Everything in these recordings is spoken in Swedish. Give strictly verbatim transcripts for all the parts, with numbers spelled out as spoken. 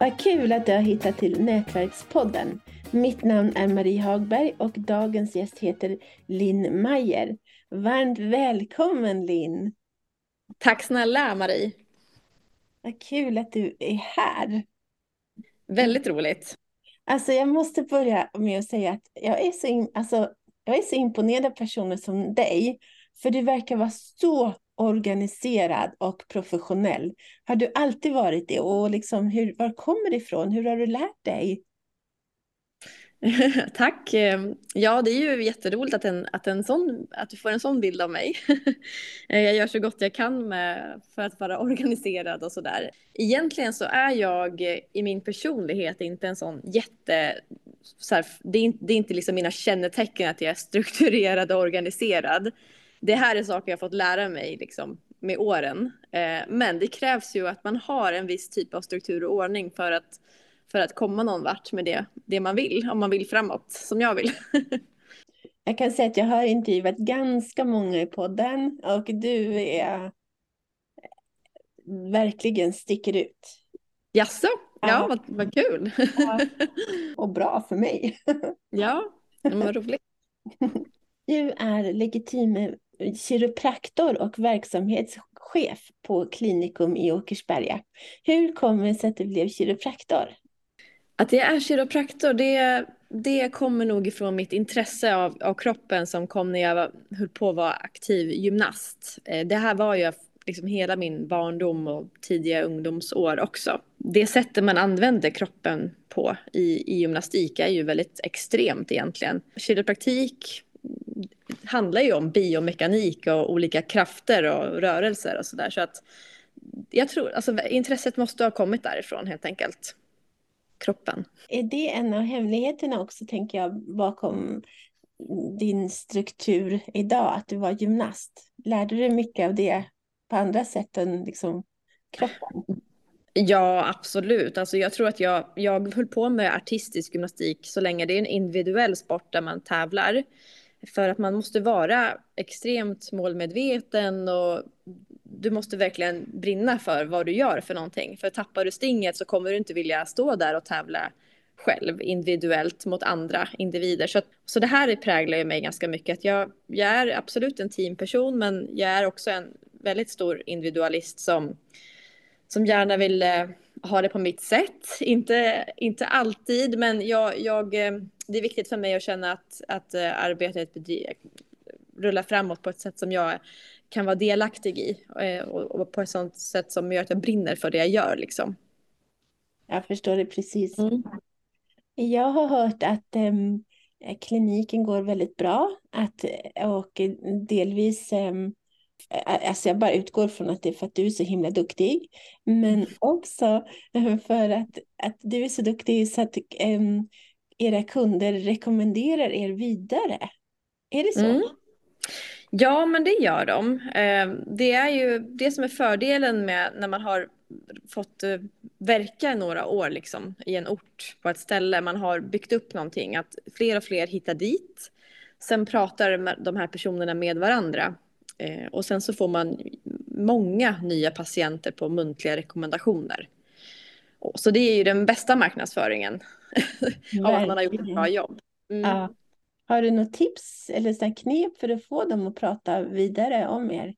Vad kul att du har hittat till Nätverkspodden. Mitt namn är Marie Hagberg och dagens gäst heter Linn Meyer. Varmt välkommen, Linn. Tack snälla Marie. Vad kul att du är här. Väldigt roligt. Alltså jag måste börja med att säga att jag är så, in, alltså, jag är så imponerad av personer som dig. För du verkar vara så organiserad och professionell. Har du alltid varit det? Och liksom, hur, var kommer det ifrån? Hur har du lärt dig? Tack. Ja, det är ju jätteroligt att, en, att, en sån, att du får en sån bild av mig. Jag gör så gott jag kan med, för att vara organiserad och sådär. Egentligen så är jag i min personlighet inte en sån jätte... Så här, det, är inte, det är inte liksom mina kännetecken att jag är strukturerad och organiserad. Det här är saker jag har fått lära mig liksom, med åren. Men det krävs ju att man har en viss typ av struktur och ordning för att för att komma någon vart med det, det man vill, om man vill framåt, som jag vill. Jag kan säga att jag har intervjuat ganska många i podden och du är verkligen sticker ut. Jaså? Ja, Ja, vad, vad kul. ja. Och bra för mig. Ja, men vad roligt. Du är legitim kiropraktor och verksamhetschef på klinikum i Åkersberga. Hur kommer det sig att du blev kiropraktor? Att jag är kiropraktor, det, det kommer nog ifrån mitt intresse av, av kroppen som kom när jag var, höll på att vara aktiv gymnast. Eh, Det här var ju liksom hela min barndom och tidiga ungdomsår också. Det sättet man använder kroppen på i, i gymnastik är ju väldigt extremt egentligen. Kiropraktik handlar ju om biomekanik och olika krafter och rörelser och sådär. Så att jag tror, alltså intresset måste ha kommit därifrån helt enkelt. Kroppen. Är det en av hemligheterna också, tänker jag, bakom din struktur idag, att du var gymnast? Lärde du dig mycket av det på andra sätt än liksom kroppen? Ja, absolut. Alltså jag tror att jag, jag höll på med artistisk gymnastik så länge det är en individuell sport där man tävlar. För att man måste vara extremt målmedveten och du måste verkligen brinna för vad du gör för någonting. För tappar du stinget så kommer du inte vilja stå där och tävla själv individuellt mot andra individer. Så, så det här präglar ju mig ganska mycket. Att jag, jag är absolut en teamperson men jag är också en väldigt stor individualist som som gärna vill eh, ha det på mitt sätt. Inte, inte alltid, men jag, jag, eh, det är viktigt för mig att känna att, att eh, arbetet bedri- rullar framåt på ett sätt som jag kan vara delaktig i. Eh, och, och på ett sånt sätt som gör att jag brinner för det jag gör. Liksom. Jag förstår det precis. Mm. Jag har hört att em, kliniken går väldigt bra att, och delvis, em, alltså jag bara utgår från att det är för att du är så himla duktig, men också för att, att du är så duktig så att em, era kunder rekommenderar er vidare. Är det så? Mm. Ja, men det gör de. Eh, Det är ju det som är fördelen med när man har fått eh, verka i några år liksom, i en ort på ett ställe. Man har byggt upp någonting, att fler och fler hittar dit. Sen pratar de här personerna med varandra. Eh, Och sen så får man många nya patienter på muntliga rekommendationer. Och så det är ju den bästa marknadsföringen av att man har gjort ett bra Verkligen. jobb. Mm. Ja. Har du något tips eller så här knep för att få dem att prata vidare om er?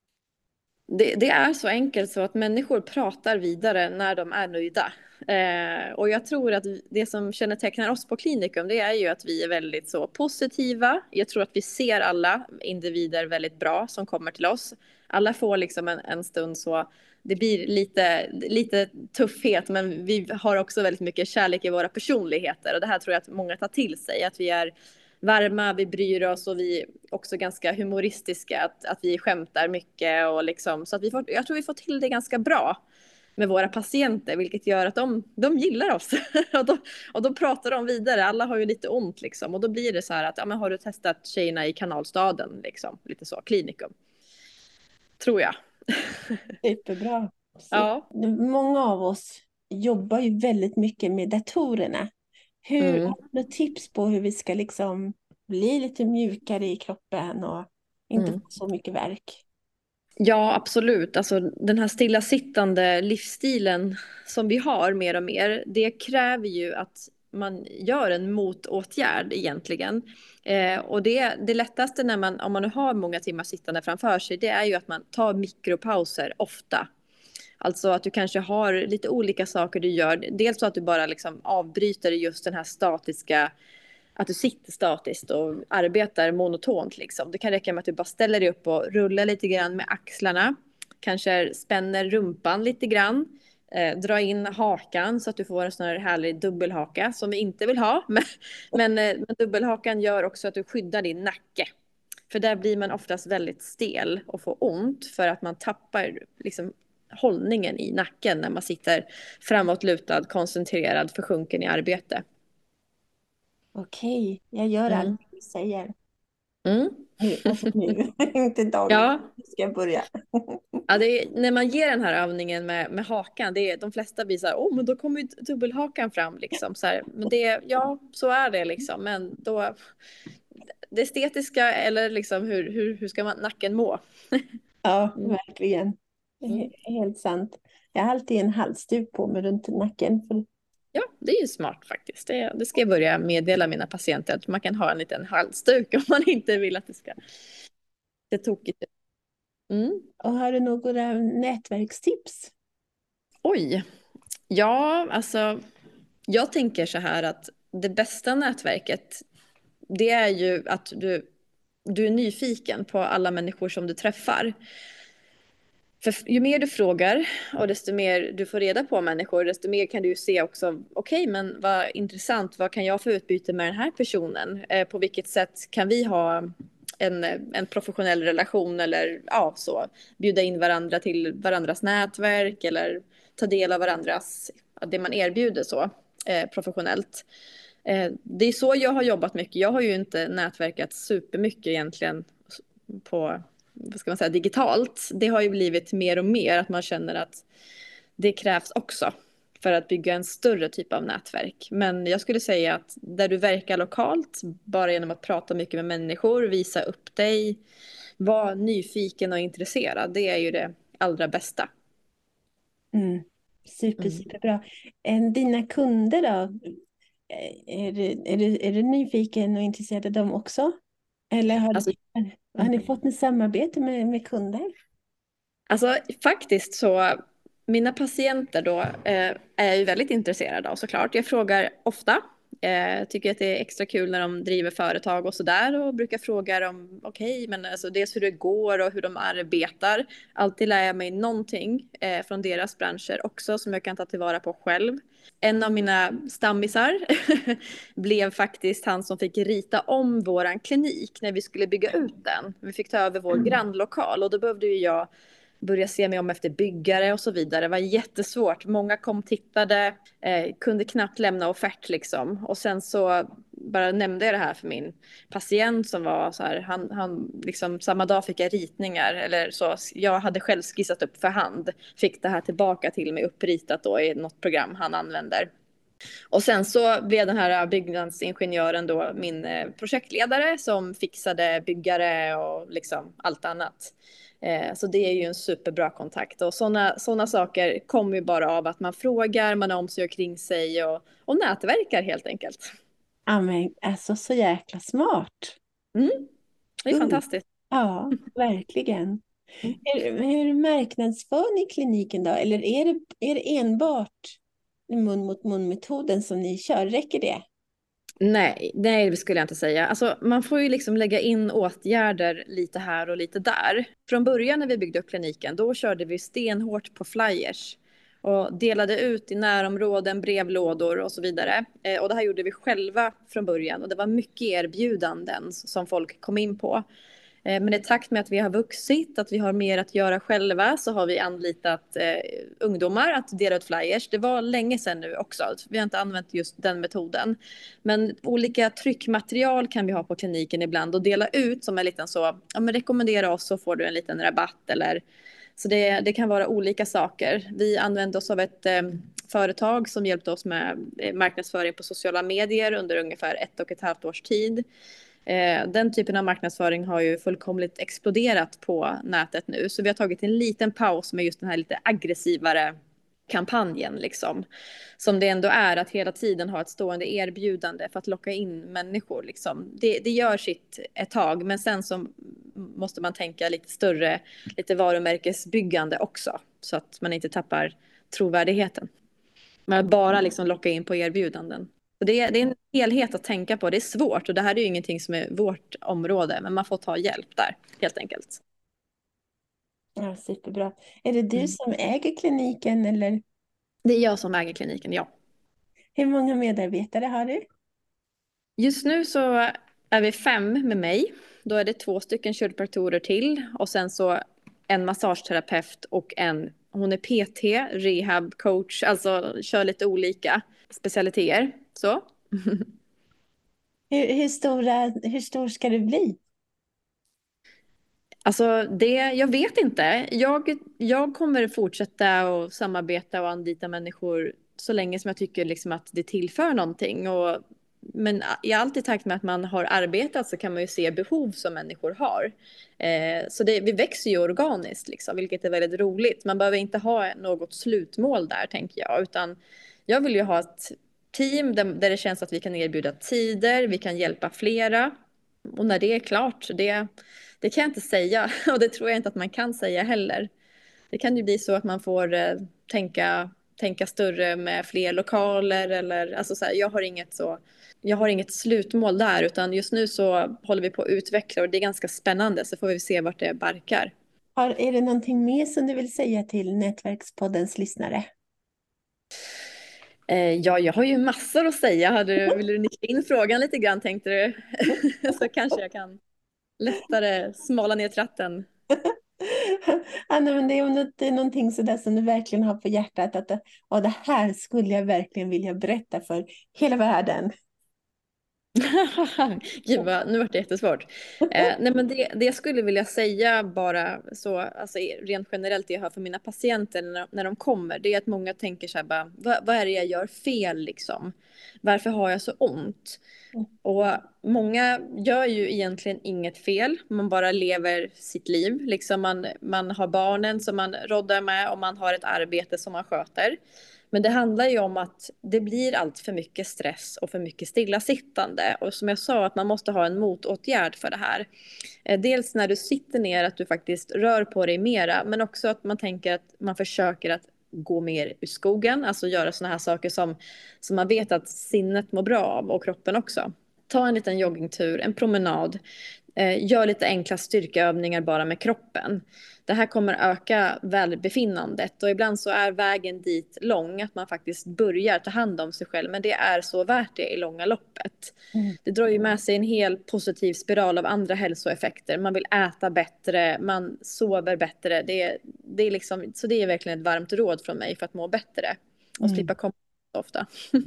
Det, det är så enkelt så att människor pratar vidare när de är nöjda. Eh, och jag tror att det som kännetecknar oss på klinikum det är ju att vi är väldigt så positiva. Jag tror att vi ser alla individer väldigt bra som kommer till oss. Alla får liksom en, en stund så det blir lite, lite tuffhet men vi har också väldigt mycket kärlek i våra personligheter och det här tror jag att många tar till sig. Att vi är varma, vi bryr oss och vi är också ganska humoristiska, att, att vi skämtar mycket och liksom, så att vi får, jag tror vi får till det ganska bra med våra patienter, vilket gör att de, de gillar oss och, då, och då pratar de vidare, alla har ju lite ont liksom och då blir det så här att, ja men har du testat tjejerna i Kanalstaden liksom, lite så, klinikum, tror jag. Superbra. Ja. Många av oss jobbar ju väldigt mycket med datorerna. Hur, Mm. har du tips på hur vi ska liksom bli lite mjukare i kroppen och inte få Mm. så mycket värk? Ja, absolut. Alltså, den här stillasittande livsstilen som vi har mer och mer, det kräver ju att man gör en motåtgärd egentligen. Eh, och det, det lättaste när man, om man nu har många timmar sittande framför sig, det är ju att man tar mikropauser ofta. Alltså att du kanske har lite olika saker du gör. Dels så att du bara liksom avbryter just den här statiska, att du sitter statiskt och arbetar monotont liksom. Det kan räcka med att du bara ställer dig upp och rullar lite grann med axlarna. Kanske spänner rumpan lite grann. Eh, dra in hakan så att du får en sån här härlig dubbelhaka som vi inte vill ha. Men, men, eh, men dubbelhakan gör också att du skyddar din nacke. För där blir man oftast väldigt stel och får ont för att man tappar liksom hållningen i nacken när man sitter framåtlutad, koncentrerad, försjunken i arbete. Okej, jag gör allt Mm. du säger. Mm. Nu, alltså nu, inte dagligen. Ja, Nu ska jag börja. ja det är, när man ger den här övningen med, med hakan, det är, de flesta blir så här, åh men då kommer ju dubbelhakan fram liksom. Så här, men det, ja, så är det liksom. Men då, det estetiska eller liksom hur, hur, hur ska man nacken må? Ja, Mm. verkligen. Det Mm. är helt sant. Jag har alltid en halsduk på mig runt nacken. För... Ja, det är ju smart faktiskt. Det, det ska jag börja meddela mina patienter att man kan ha en liten halsduk om man inte vill att det ska se tokigt ut. Mm. Och har du några nätverkstips? Oj, ja, alltså jag tänker så här att det bästa nätverket, det är ju att du, du är nyfiken på alla människor som du träffar. För ju mer du frågar och desto mer du får reda på människor, desto mer kan du ju se också, okej, okay, men vad intressant, vad kan jag få utbyte med den här personen? Eh, på vilket sätt kan vi ha en, en professionell relation eller ja, så, bjuda in varandra till varandras nätverk eller ta del av varandras, det man erbjuder så, eh, professionellt. Eh, det är så jag har jobbat mycket. Jag har ju inte nätverkat supermycket egentligen på, vad ska man säga, digitalt. Det har ju blivit mer och mer att man känner att det krävs också för att bygga en större typ av nätverk. Men jag skulle säga att där du verkar lokalt, bara genom att prata mycket med människor, visa upp dig, vara nyfiken och intresserad, det är ju det allra bästa. Mm. Super, Mm. superbra. Eh, Dina kunder då? Eh, Är du, är du, är du nyfiken och intresserad av dem också? Eller har, Alltså, har ni fått ett samarbete med, med kunder? Alltså faktiskt så, mina patienter då eh, är jag ju väldigt intresserad av såklart. Jag frågar ofta. Eh, tycker att det är extra kul när de driver företag och sådär och brukar fråga om, okej, okay, men alltså dels hur det går och hur de arbetar. Alltid lär jag mig någonting eh, från deras branscher också som jag kan ta tillvara på själv. En av mina stammisar blev faktiskt han som fick rita om våran klinik när vi skulle bygga ut den. Vi fick ta över vår grannlokal och då behövde ju jag börja se mig om efter byggare och så vidare. Det var jättesvårt. Många kom, tittade, eh, kunde knappt lämna offert liksom. Och sen så bara nämnde jag det här för min patient som var så här, han, han liksom samma dag fick jag ritningar eller så. Jag hade själv skissat upp för hand. Fick det här tillbaka till mig uppritat då i något program han använder. Och sen så blev den här byggnadsingenjören då min eh, projektledare som fixade byggare och liksom allt annat. Eh, så det är ju en superbra kontakt och sådana såna saker kommer ju bara av att man frågar, man har omsorg kring sig och, och nätverkar helt enkelt. Ja, men alltså så jäkla smart. Mm, det är Guld. fantastiskt. Ja, verkligen. Mm. Hur, hur marknadsför ni kliniken då? Eller är det, är det enbart mun mot mun-metoden som ni kör? Räcker det? Nej, nej, det skulle jag inte säga. Alltså, man får ju liksom lägga in åtgärder lite här och lite där. Från början när vi byggde upp kliniken, då körde vi stenhårt på flyers och delade ut i närområden, brevlådor och så vidare. Eh, och det här gjorde vi själva från början och det var mycket erbjudanden som folk kom in på. Eh, Men i takt med att vi har vuxit, att vi har mer att göra själva, så har vi anlitat eh, ungdomar att dela ut flyers. Det var länge sedan nu också. Vi har inte använt just den metoden. Men olika tryckmaterial kan vi ha på kliniken ibland och dela ut som en liten så, ja men rekommendera oss så får du en liten rabatt eller så det, det kan vara olika saker. Vi använde oss av ett eh, företag som hjälpte oss med eh, marknadsföring på sociala medier under ungefär ett och ett halvt års tid. Eh, den typen av marknadsföring har ju fullkomligt exploderat på nätet nu. Så vi har tagit en liten paus med just den här lite aggressivare kampanjen liksom. Som det ändå är att hela tiden ha ett stående erbjudande för att locka in människor liksom. Det, det gör sitt ett tag, men sen så måste man tänka lite större, lite varumärkesbyggande också. Så att man inte tappar trovärdigheten. Men bara liksom locka in på erbjudanden. Så det, är, det är en helhet att tänka på. Det är svårt och det här är ju ingenting som är vårt område. Men man får ta hjälp där helt enkelt. Ja, superbra. Är det du Mm. som äger kliniken eller? Det är jag som äger kliniken, ja. Hur många medarbetare har du? Just nu så är vi fem med mig. Då är det två stycken kiropraktorer till. Och sen så en massageterapeut och en, hon är P T, rehab coach. Alltså kör lite olika specialiteter. Så. Hur, hur, stora, hur stor ska du bli? Alltså det, jag vet inte. Jag, jag kommer fortsätta att samarbeta och anlita människor så länge som jag tycker liksom att det tillför någonting. Och, men i allt i takt med att man har arbetat så kan man ju se behov som människor har. Eh, så det, vi växer ju organiskt liksom, vilket är väldigt roligt. Man behöver inte ha något slutmål där tänker jag. Utan jag vill ju ha ett team där, där det känns att vi kan erbjuda tider, vi kan hjälpa flera. Och när det är klart, det... Det kan jag inte säga och det tror jag inte att man kan säga heller. Det kan ju bli så att man får eh, tänka, tänka större med fler lokaler eller alltså så här, jag har inget så jag har inget slutmål där utan just nu så håller vi på att utveckla och det är ganska spännande så får vi se vart det barkar. Har, är det någonting mer som du vill säga till Nätverkspoddens lyssnare? Eh, ja, jag har ju massor att säga. Hade, vill du nicka in frågan lite grann tänkte du? Så kanske jag kan lättare smala ner tratten. Anna, men det är, något, det är någonting sådär som du verkligen har på hjärtat. Att ja, det här skulle jag verkligen vilja berätta för hela världen. Gud vad, nu vart det jättesvårt. Eh, nej men det, det jag skulle vilja säga bara så, alltså rent generellt det jag hör för mina patienter när, när de kommer, det är att många tänker så här bara, vad, vad är det jag gör fel liksom? Varför har jag så ont? Och många gör ju egentligen inget fel, man bara lever sitt liv. Liksom man, man har barnen som man roddar med och man har ett arbete som man sköter. Men det handlar ju om att det blir allt för mycket stress och för mycket stillasittande. Och som jag sa att man måste ha en motåtgärd för det här. Dels när du sitter ner att du faktiskt rör på dig mera. Men också att man tänker att man försöker att gå mer ur skogen. Alltså göra såna här saker som, som man vet att sinnet mår bra av och kroppen också. Ta en liten joggingtur, en promenad. Gör lite enkla styrkeövningar bara med kroppen. Det här kommer öka välbefinnandet och ibland så är vägen dit lång att man faktiskt börjar ta hand om sig själv. Men det är så värt det i långa loppet. Mm. Det drar ju med sig en hel positiv spiral av andra hälsoeffekter. Man vill äta bättre, man sover bättre. Det är, det är liksom, så det är verkligen ett varmt råd från mig för att må bättre. Och mm. slippa komma ofta.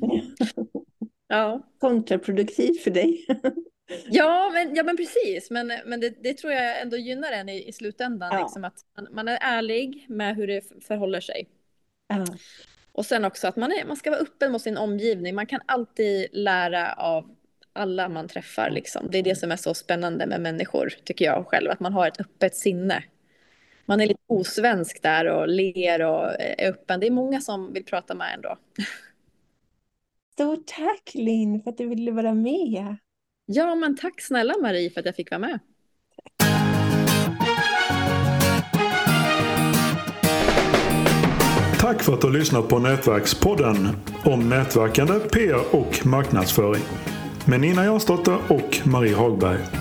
Ja. Kontraproduktivt för dig. Ja men, ja, men precis. Men, men det, det tror jag ändå gynnar en i, i slutändan. Ja. Liksom att man, man är ärlig med hur det förhåller sig. Ja. Och sen också att man, är, man ska vara öppen mot sin omgivning. Man kan alltid lära av alla man träffar. Liksom. Det är det som är så spännande med människor, tycker jag själv. Att man har ett öppet sinne. Man är lite osvensk där och ler och är öppen. Det är många som vill prata med en då. Stort tack Linn för att du ville vara med. Ja, men tack snälla Marie för att jag fick vara med. Tack för att du har lyssnat på Nätverkspodden om nätverkande, P R och marknadsföring med Nina Jansdotter och Marie Hagberg.